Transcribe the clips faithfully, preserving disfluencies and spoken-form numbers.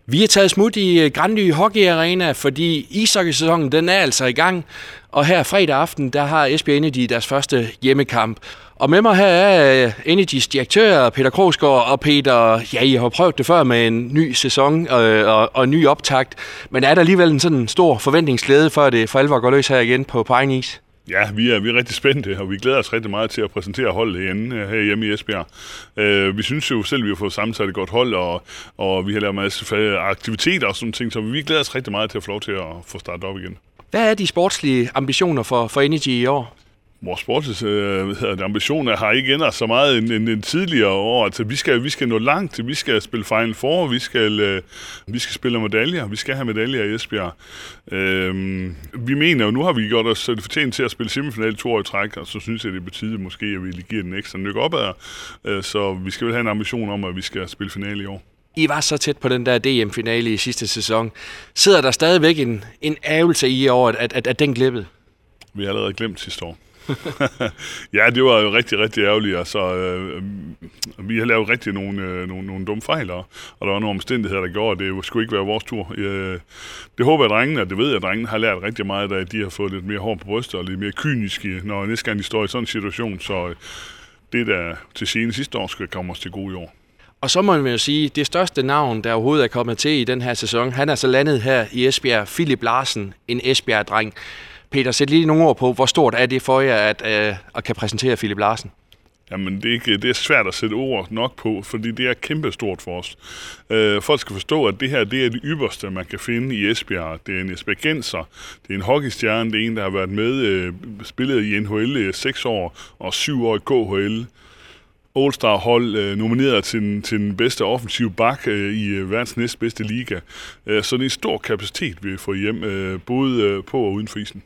Vi er taget smut i Grandly Hockey Arena, fordi ishockeysæsonen den er altså i gang. Og her fredag aften, der har Esbjerg Energy deres første hjemmekamp. Og med mig her er Energys direktør Peter Krogsgaard. Og Peter, ja, I har prøvet det før med en ny sæson og, og, og en ny optakt. Men er der alligevel en sådan stor forventningsglæde for, at det for alvor går løs her igen på, på egen is? Ja, vi er, vi er rigtig spændte, og vi glæder os rigtig meget til at præsentere holdet igen her hjemme i Esbjerg. Uh, vi synes jo selv, at vi har fået sammensat et godt hold, og, og vi har lavet en masse aktiviteter og sådan ting, så vi glæder os rigtig meget til at få lov til at få startet op igen. Hvad er de sportslige ambitioner for, for Energy i år? Vores sports øh, ambitioner har ikke ændret så meget end, end, end tidligere år. Altså, vi, skal, vi skal nå langt, vi skal spille Final Four, vi skal, øh, vi skal spille medaljer, vi skal have medaljer i Esbjerg. Øh, vi mener jo, nu har vi gjort os fortjent til at spille semifinal to år i træk, og så synes jeg, det betyder måske, at vi lige giver den ekstra nyk opad. Øh, så vi skal vel have en ambition om, at vi skal spille finale i år. I var så tæt på den der D M-finale i sidste sæson. Sidder der stadigvæk en, en ærgelse i år, at, at, at den glippede? Vi har allerede glemt sidste år. Ja, det var jo rigtig, rigtig ærgerligt. Altså, øh, vi har lavet rigtig nogle, øh, nogle, nogle dumme fejl, og der var nogle omstændigheder, der gjorde, at det skulle ikke være vores tur. Øh, det håber jeg, at drengene, og det ved jeg, at drengene har lært rigtig meget af, at de har fået lidt mere hår på brystet og lidt mere kyniske, når næste gang de står i sådan en situation. Så det, der til scene sidste år, skal komme os til gode i år. Og så må man jo sige, det største navn, der overhovedet er kommet til i den her sæson, han er så landet her i Esbjerg, Philip Larsen, en Esbjerg-dreng. Peter, sæt lige nogle ord på, hvor stort er det for jer at, øh, at kan præsentere Philip Larsen? Jamen, det er, ikke, det er svært at sætte ord nok på, fordi det er kæmpestort for os. Øh, folk skal forstå, at det her det er det ypperste, man kan finde i Esbjerg. Det er en esbjergenser, det er en hockeystjerne, det er en, der har været med, øh, spillet i N H L seks år og syv år i K H L. All-Star-hold øh, nomineret til den, til den bedste offensive bak øh, i øh, verdens næstbedste liga. Øh, så det er en stor kapacitet, vi får hjem, øh, både øh, på og uden for isen.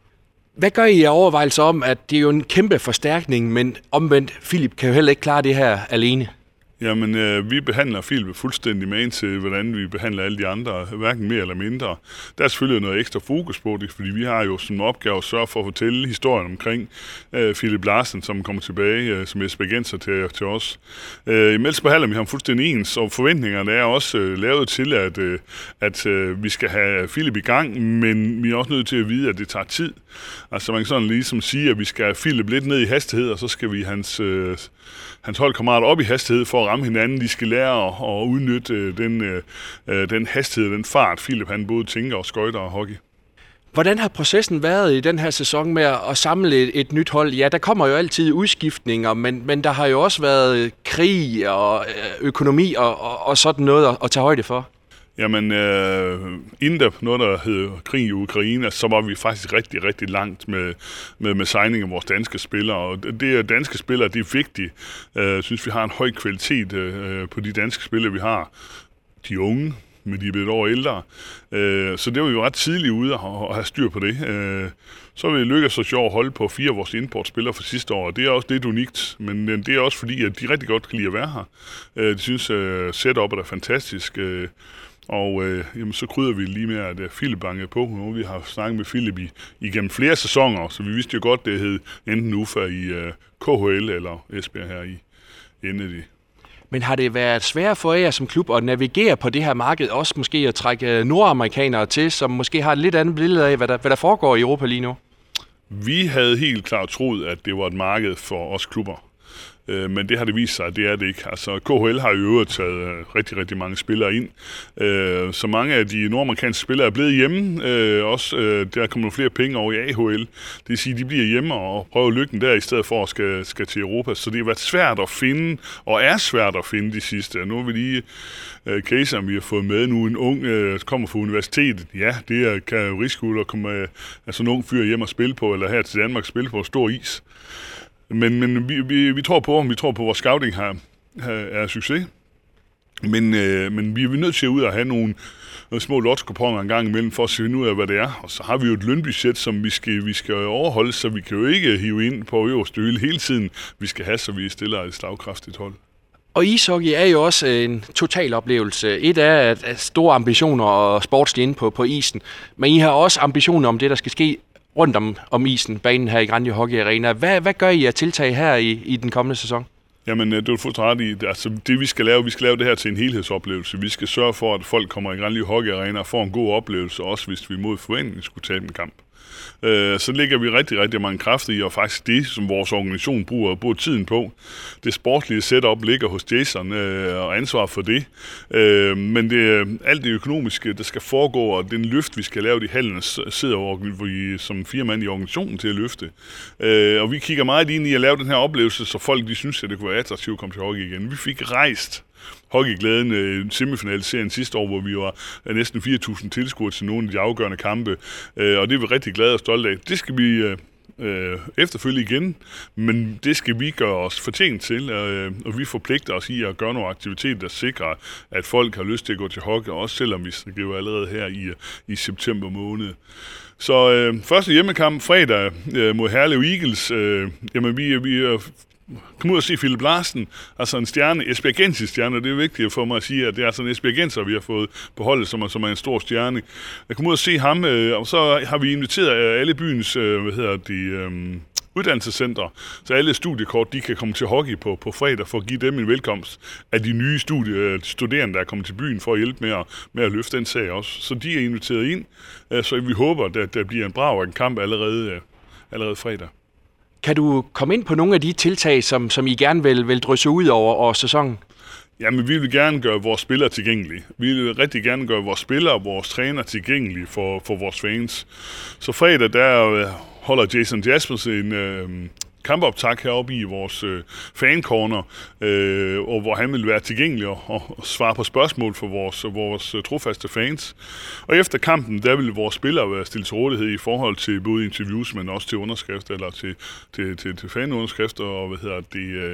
Hvad gør I overvejelser om, at det er jo en kæmpe forstærkning, men omvendt, Philip kan jo heller ikke klare det her alene? Jamen, øh, vi behandler Philip fuldstændig med til, hvordan vi behandler alle de andre, hverken mere eller mindre. Der er selvfølgelig noget ekstra fokus på det, fordi vi har jo som opgave at sørge for at fortælle historien omkring øh, Philip Larsen, som kommer tilbage øh, som esbjergenser til, til os. Øh, imens behandler vi ham fuldstændig ens, og forventningerne er også øh, lavet til, at, øh, at øh, vi skal have Philip i gang, men vi er også nødt til at vide, at det tager tid. Altså man kan sådan ligesom sige, at vi skal have Philip lidt ned i hastighed, og så skal vi hans... Øh, hans holdkammerater op i hastighed for at ramme hinanden. De skal lære at, at udnytte øh, den, øh, den hastighed, den fart, Philip han både tænker og skøjter og hockey. Hvordan har processen været i den her sæson med at samle et, et nyt hold? Ja, der kommer jo altid udskiftninger, men, men der har jo også været krig og økonomi og, og, og sådan noget at, at tage højde for. Jamen, øh, inden der noget, der hed krig i Ukraine, så var vi faktisk rigtig, rigtig langt med, med, med signing af vores danske spillere. Og det danske spillere, det er vigtigt. Jeg øh, synes, vi har en høj kvalitet øh, på de danske spillere, vi har. De unge, men de er blevet over ældre. Øh, så det var jo ret tidligt ude at, at have styr på det. Øh, så vil vi lykkes os jo at holde på fire af vores importspillere fra sidste år, og det er også lidt unikt, men det er også fordi, at de rigtig godt kan lide at være her. Øh, de synes, at setupet er fantastisk. Øh, Og øh, jamen, så krydder vi lige med, at Philip bankede på. Nu vi har snakket med Philip i, igennem flere sæsoner, så vi vidste jo godt, det hed enten U F A i øh, K H L eller Esbjerg her i Energy. Men har det været svært for jer som klub at navigere på det her marked, også måske at trække nordamerikanere til, som måske har et lidt andet billede af, hvad der, hvad der foregår i Europa lige nu? Vi havde helt klart troet, at det var et marked for os klubber. Men det har det vist sig, at det er det ikke. Altså, K H L har jo øvrigt taget rigtig, rigtig mange spillere ind. Så mange af de nordamerikanske spillere er blevet hjemme. Også, der kommer nogle flere penge over i A H L. Det vil sige, at de bliver hjemme og prøver lykken der, i stedet for at skal, skal til Europa. Så det har været svært at finde, og er svært at finde de sidste. Nu er vi lige case, vi har fået med nu. En ung kommer fra universitetet. Ja, det er, kan jo risikere at komme altså, en ung fyr hjem og spille på, eller her til Danmark spille på stor is. Men, men vi, vi, vi tror på, om vi tror på, at vores scouting her, her er succes. Men, øh, men vi er nødt til at ud og have nogle, nogle små lottokuponer en gang imellem, for at finde ud af, hvad det er. Og så har vi jo et lønbudget, som vi skal, vi skal overholde, så vi kan jo ikke hive ind på øverste hylde hele tiden. Vi skal have, så vi stiller et slagkraftigt hold. Og ishockey er jo også en total oplevelse. Et er at, at store ambitioner og sportslige inde på, på isen, men I har også ambitioner om det, der skal ske rundt om, om isen, banen her i Grandly Hockey Arena. Hvad, hvad gør I at tiltage her i, i den kommende sæson? Jamen, du er fuldt ret i. Altså, det vi skal lave, vi skal lave det her til en helhedsoplevelse. Vi skal sørge for, at folk kommer i Granly Hockey Arena og får en god oplevelse, også hvis vi mod forventning skulle tabe en kamp. Så lægger vi rigtig, rigtig mange kræfter i, og faktisk det, som vores organisation bruger, bruger tiden på. Det sportslige setup ligger hos Jason og ansvar for det. Men det, alt det økonomiske, der skal foregå, og den løft, vi skal lave i hallen, sidder vi som fire mand i organisationen til at løfte. Og vi kigger meget ind i at lave den her oplevelse, så folk de synes, at det kunne være attraktivt at komme til hockey igen. Vi fik rejst hockeyglæden øh, semifinalserien sidste år, hvor vi var næsten fire tusind tilskuere til nogle af de afgørende kampe, øh, og det er vi rigtig glade og stolte af. Det skal vi øh, efterfølge igen, men det skal vi gøre os fortjent til, øh, og vi forpligter os i at gøre nogle aktiviteter, der sikrer, at folk har lyst til at gå til hockey, også selvom vi skriver allerede her i, i september måned. Så øh, første hjemmekamp fredag øh, mod Herlev Eagles, øh, jamen vi, vi øh, kom ud og se Philip Larsen, altså en stjerne, esbjergensisk stjerne, og det er vigtigt for mig at sige, at det er sådan en esbjergenser, vi har fået på holdet, som er, som er en stor stjerne. Jeg kom ud og se ham, øh, og så har vi inviteret alle byens, øh, hvad hedder de, øh, uddannelsescenter, så alle studiekort, de kan komme til hockey på, på fredag, for at give dem en velkomst af de nye studie, studerende, der er kommet til byen, for at hjælpe med at, med at løfte den sag også. Så de er inviteret ind, øh, så vi håber, at der bliver en brav en kamp allerede, øh, allerede fredag. Kan du komme ind på nogle af de tiltag, som, som I gerne vil, vil drysse ud over, over sæsonen? Jamen, vi vil gerne gøre vores spillere tilgængelige. Vi vil rigtig gerne gøre vores spillere og vores træner tilgængelige for, for vores fans. Så fredag, der holder Jason Jaspers en øh, kampoptag heroppe i vores øh, fancorner, øh, og hvor han vil være tilgængelig og, og svare på spørgsmål for vores, vores trofaste fans. Og efter kampen, der vil vores spillere være stillet til rådighed i forhold til både interviews, men også til underskrifter, eller til, til, til, til fanunderskrifter, og hvad hedder det... Øh,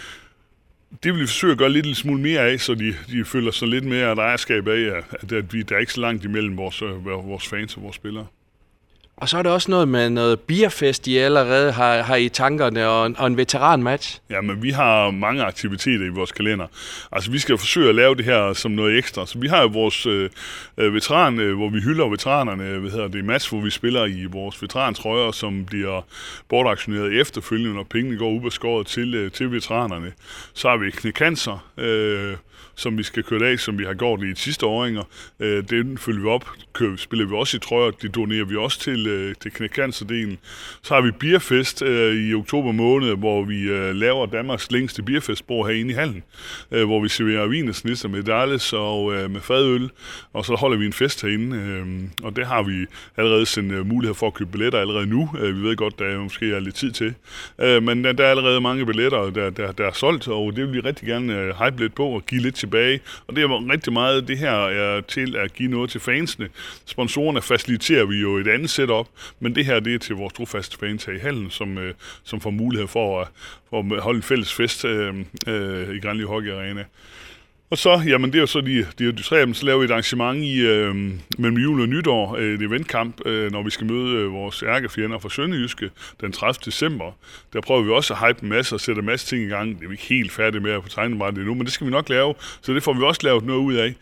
Det vil vi forsøge at gøre lidt, lidt smule mere af, så de, de føler sig lidt mere et ejerskab af, at, at vi, der er ikke så langt imellem vores, vores fans og vores spillere. Og så er det også noget med noget beerfest, I allerede har, har i tankerne, og en, og en veteranmatch. Ja, men vi har mange aktiviteter i vores kalender. Altså, vi skal forsøge at lave det her som noget ekstra. Så vi har jo vores øh, veteran, øh, hvor vi hylder veteranerne, hvad hedder det, match, hvor vi spiller i vores veterantrøjer, som bliver bortaktioneret efterfølgende, når pengene går ud af skåret til, øh, til veteranerne. Så har vi knækancer, øh, som vi skal køre af, som vi har gjort i de sidste åringer. Øh, den følger vi op, kører, spiller vi også i trøjer, det donerer vi også til, øh, til knækancerdelen. Så har vi Beerfest øh, i oktober måned, hvor vi øh, laver Danmarks længste beerfestbord herinde i hallen, øh, hvor vi serverer vinersnitser med medaljes og øh, med fadøl, og så holder vi en fest herinde, øh, og det har vi allerede sendt øh, mulighed for at købe billetter allerede nu. Øh, vi ved godt, der måske er lidt tid til, øh, men der, der er allerede mange billetter, der, der, der er solgt, og det vil vi rigtig gerne øh, hype lidt på og give lidt tilbage, og det er rigtig meget det her er til at give noget til fansene. Sponsorerne faciliterer vi jo et andet setup, men det her det er til vores trofaste fans her i hallen, som, øh, som får mulighed for at, for at holde en fælles fest øh, øh, i Granly Hockey Arena. Og så, jamen det er jo så de, de, de tre af dem, så laver vi et arrangement i øh, mellem jul og nytår, øh, et eventkamp, øh, når vi skal møde øh, vores ærkefjender fra Sønderjyske den tredivte december. Der prøver vi også at hype en masse og sætte en masse ting i gang. Det er vi ikke helt færdige med at få tegnet meget endnu, men det skal vi nok lave, så det får vi også lavet noget ud af.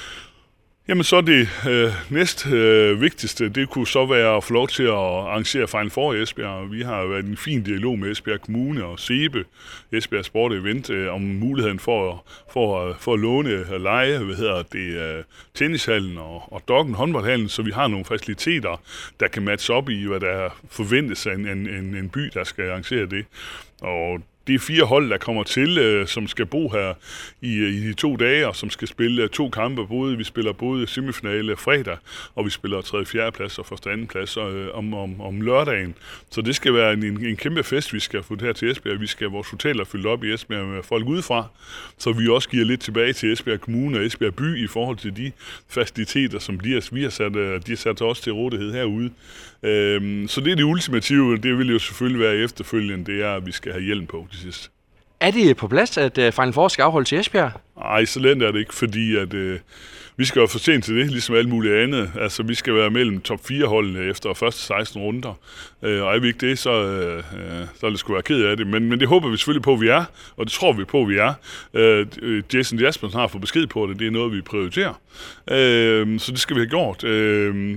Jamen så det øh, næst øh, vigtigste, det kunne så være at få lov til at arrangere Final Four i Esbjerg. Vi har været i en fin dialog med Esbjerg Kommune og SEBE, Esbjerg Sport Event, øh, om muligheden for, for, for at låne og lege, hvad hedder det, øh, tennishallen og, og Dokken håndboldhallen, så vi har nogle faciliteter, der kan matche op i, hvad der forventes af en, en, en, en by, der skal arrangere det. Og det er fire hold, der kommer til, øh, som skal bo her i, i de to dage, og som skal spille to kampe. Både, vi spiller både semifinale fredag, og vi spiller tredje fjerde plads og første anden plads øh, om, om, om lørdagen. Så det skal være en, en, en kæmpe fest, vi skal få det her til Esbjerg. Vi skal have vores hoteller fyldt op i Esbjerg med folk udefra, så vi også giver lidt tilbage til Esbjerg Kommune og Esbjerg By i forhold til de faciliteter, som de har, vi har sat, de har sat også til rådighed herude. Øhm, så det er det ultimative, det vil jo selvfølgelig være efterfølgende, det er, at vi skal have hjelm på til sidst. Er det på plads, at uh, Final Four skal afholdes i Esbjerg? Nej, så let er det ikke, fordi at, øh, vi skal jo for sent til det, ligesom alt muligt andet. Altså, vi skal være mellem top fire holdene efter første seksten runder. Øh, og er vi ikke det, så, øh, så er det sgu være ked af det. Men, men det håber vi selvfølgelig på, at vi er, og det tror vi på, at vi er. Øh, Jason Jaspersen har fået besked på det, det er noget, vi prioriterer. Øh, så det skal vi have gjort. Øh,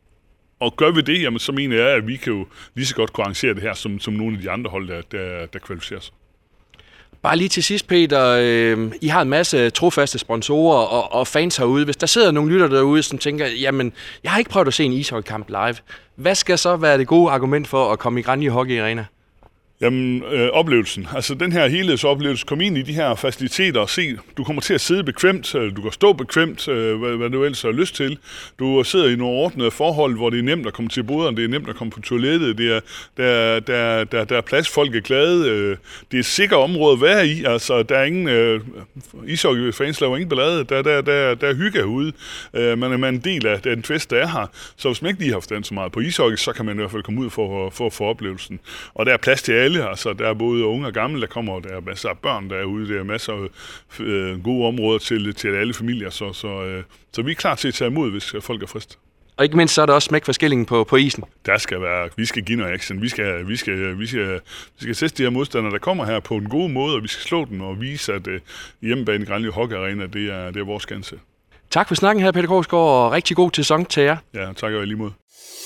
Og gør vi det, jamen, så mener jeg, at vi kan jo lige så godt kunne arrangere det her, som, som nogle af de andre hold, der, der, der kvalificerer sig. Bare lige til sidst, Peter. Øh, I har en masse trofaste sponsorer og, og fans herude. Hvis der sidder nogle lytter derude, som tænker, jamen, jeg har ikke prøvet at se en ishockeykamp live. Hvad skal så være det gode argument for at komme i Granly Hockey Arena? Jamen, øh, oplevelsen. Altså den her helhedsoplevelse. Kom ind i de her faciliteter og se, du kommer til at sidde bekvemt, du kan stå bekvemt, øh, hvad, hvad du ellers har lyst til. Du sidder i nogle ordnede forhold, hvor det er nemt at komme til boderne, det er nemt at komme på toilettet, det er, der, der, der, der er plads, folk er glade, øh, det er et sikkert område at være i, altså der er ingen, øh, ishockey-fans laver ingen ballade, der, der, der, der er hygge herude, øh, man, er, man er en del af den fest, der er her, så hvis man ikke lige har forstand så meget på ishockey, så kan man i hvert fald komme ud for, for, for oplevelsen. Og der er plads til alle. Altså, der er både unge og gamle, der kommer, og der er masser af børn derude, der er masser af øh, gode områder til, til alle familier, så, så, øh, så vi er klar til at tage imod, hvis folk er frist. Og ikke mindst så er der også smæk for skillingen på, på isen. Der skal være, vi skal give noget action, vi skal, vi skal, vi skal, vi skal teste de her modstandere, der kommer her på en god måde, og vi skal slå dem og vise, at øh, hjemmebane i Granly Hockey Arena, det er, det er vores chance. Tak for snakken her, Peter Krogsgaard, og rigtig god sæson til jer. Ja, tak og lige mod.